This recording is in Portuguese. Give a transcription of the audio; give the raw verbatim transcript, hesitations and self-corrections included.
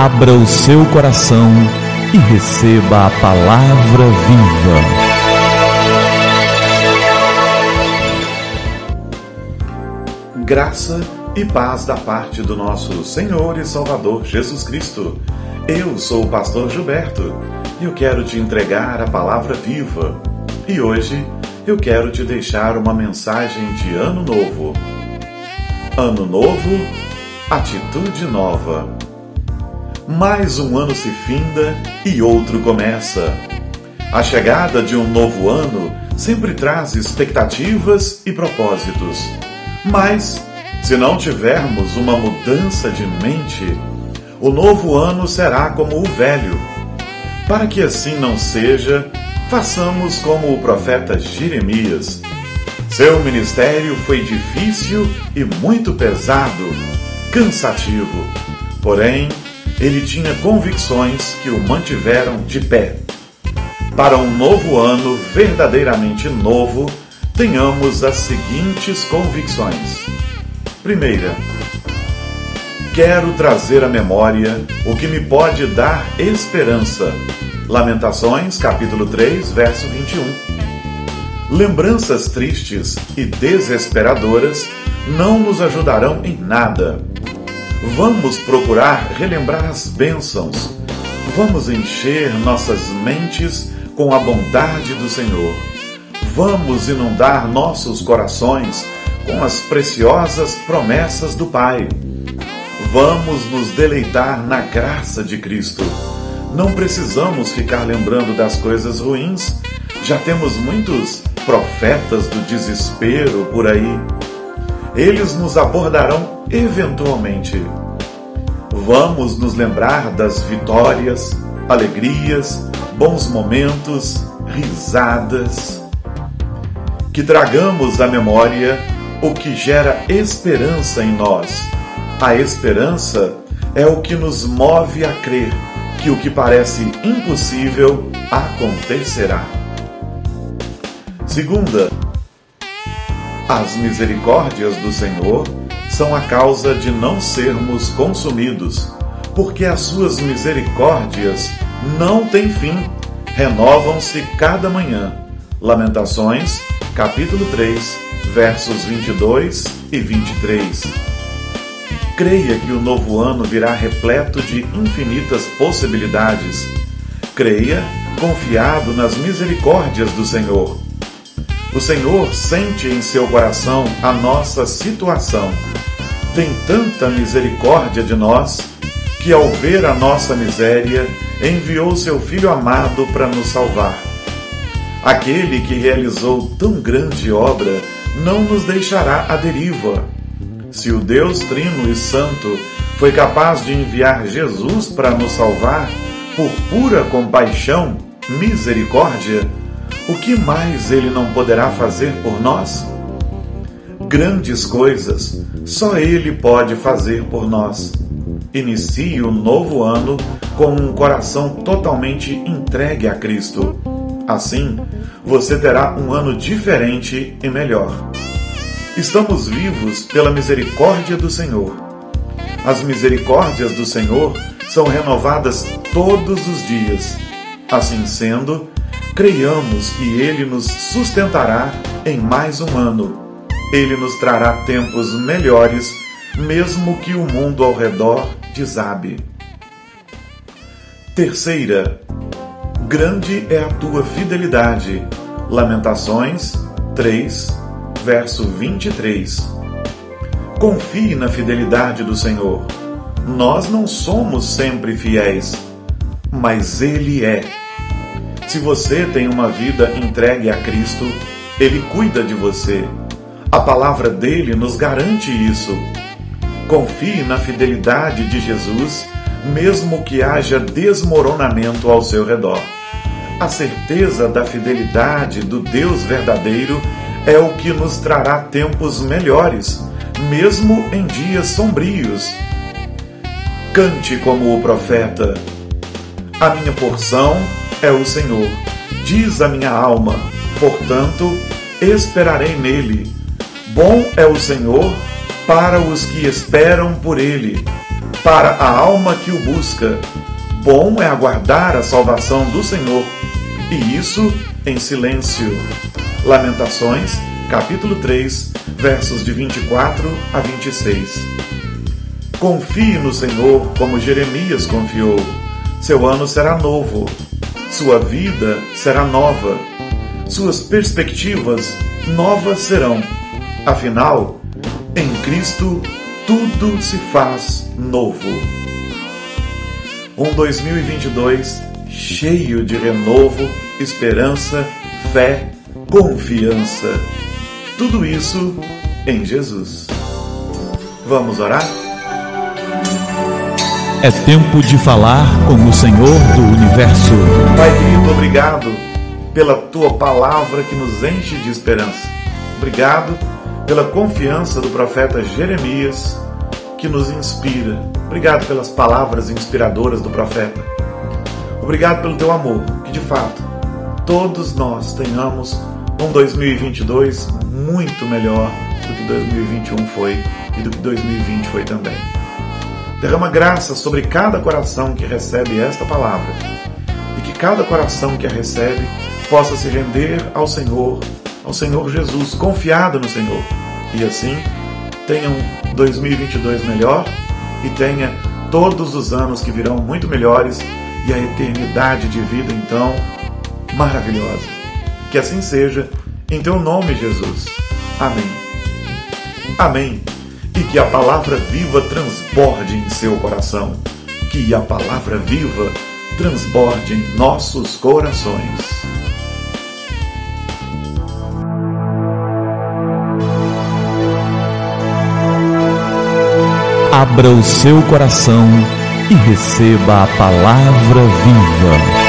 Abra o seu coração e receba a palavra viva. Graça e paz da parte do nosso Senhor e Salvador Jesus Cristo. Eu sou o pastor Gilberto e eu quero te entregar a palavra viva. E hoje eu quero te deixar uma mensagem de Ano Novo. Ano Novo, atitude nova. Mais um ano se finda e outro começa. A chegada de um novo ano sempre traz expectativas e propósitos. Mas, se não tivermos uma mudança de mente, o novo ano será como o velho. Para que assim não seja, façamos como o profeta Jeremias. Seu ministério foi difícil e muito pesado, cansativo. Porém, ele tinha convicções que o mantiveram de pé. Para um novo ano verdadeiramente novo, tenhamos as seguintes convicções. Primeira, quero trazer à memória o que me pode dar esperança. Lamentações, capítulo três, verso vinte e um. Lembranças tristes e desesperadoras não nos ajudarão em nada. Vamos procurar relembrar as bênçãos. Vamos encher nossas mentes com a bondade do Senhor. Vamos inundar nossos corações com as preciosas promessas do Pai. Vamos nos deleitar na graça de Cristo. Não precisamos ficar lembrando das coisas ruins. Já temos muitos profetas do desespero por aí. Eles nos abordarão eventualmente. Vamos nos lembrar das vitórias, alegrias, bons momentos, risadas. Que tragamos à memória o que gera esperança em nós. A esperança é o que nos move a crer que o que parece impossível acontecerá. Segunda, as misericórdias do Senhor são a causa de não sermos consumidos, porque as suas misericórdias não têm fim, renovam-se cada manhã. Lamentações, capítulo três, versos vinte e dois e vinte e três. Creia que o novo ano virá repleto de infinitas possibilidades. Creia, confiado nas misericórdias do Senhor. O Senhor sente em seu coração a nossa situação. Tem tanta misericórdia de nós, que ao ver a nossa miséria, enviou seu Filho amado para nos salvar. Aquele que realizou tão grande obra não nos deixará à deriva. Se o Deus Trino e Santo foi capaz de enviar Jesus para nos salvar por pura compaixão, misericórdia, o que mais Ele não poderá fazer por nós? Grandes coisas só Ele pode fazer por nós. Inicie o novo ano com um coração totalmente entregue a Cristo. Assim, você terá um ano diferente e melhor. Estamos vivos pela misericórdia do Senhor. As misericórdias do Senhor são renovadas todos os dias. Assim sendo, creiamos que Ele nos sustentará em mais um ano. Ele nos trará tempos melhores, mesmo que o mundo ao redor desabe. Terceira, grande é a tua fidelidade. Lamentações três, verso vinte e três. Confie na fidelidade do Senhor. Nós não somos sempre fiéis, mas Ele é. Se você tem uma vida entregue a Cristo, Ele cuida de você. A palavra dele nos garante isso. Confie na fidelidade de Jesus, mesmo que haja desmoronamento ao seu redor. A certeza da fidelidade do Deus verdadeiro é o que nos trará tempos melhores, mesmo em dias sombrios. Cante como o profeta: a minha porção é o Senhor, diz a minha alma, portanto, esperarei nele. Bom é o Senhor para os que esperam por ele. para a alma que o busca. Bom é aguardar a salvação do Senhor, e isso em silêncio. Lamentações, capítulo três, versos de vinte e quatro a vinte e seis. Confie no Senhor como Jeremias confiou. Seu ano será novo, sua vida será nova, suas perspectivas novas serão. Afinal, em Cristo tudo se faz novo. Um dois mil e vinte e dois cheio de renovo, esperança, fé, confiança. Tudo isso em Jesus. Vamos orar? É tempo de falar com o Senhor do Universo. Pai querido, obrigado pela Tua palavra que nos enche de esperança. Obrigado pela confiança do profeta Jeremias que nos inspira. Obrigado pelas palavras inspiradoras do profeta. Obrigado pelo Teu amor, que de fato todos nós tenhamos um dois mil e vinte e dois muito melhor do que dois mil e vinte e um foi e do que dois mil e vinte foi também. Derrama graça sobre cada coração que recebe esta palavra e que cada coração que a recebe possa se render ao Senhor, ao Senhor Jesus, confiado no Senhor. E assim, tenha um dois mil e vinte e dois melhor e tenha todos os anos que virão muito melhores e a eternidade de vida, então, maravilhosa. Que assim seja, em Teu nome, Jesus. Amém. Amém. E que a palavra viva transborde em seu coração. Que a palavra viva transborde em nossos corações. Abra o seu coração e receba a palavra viva.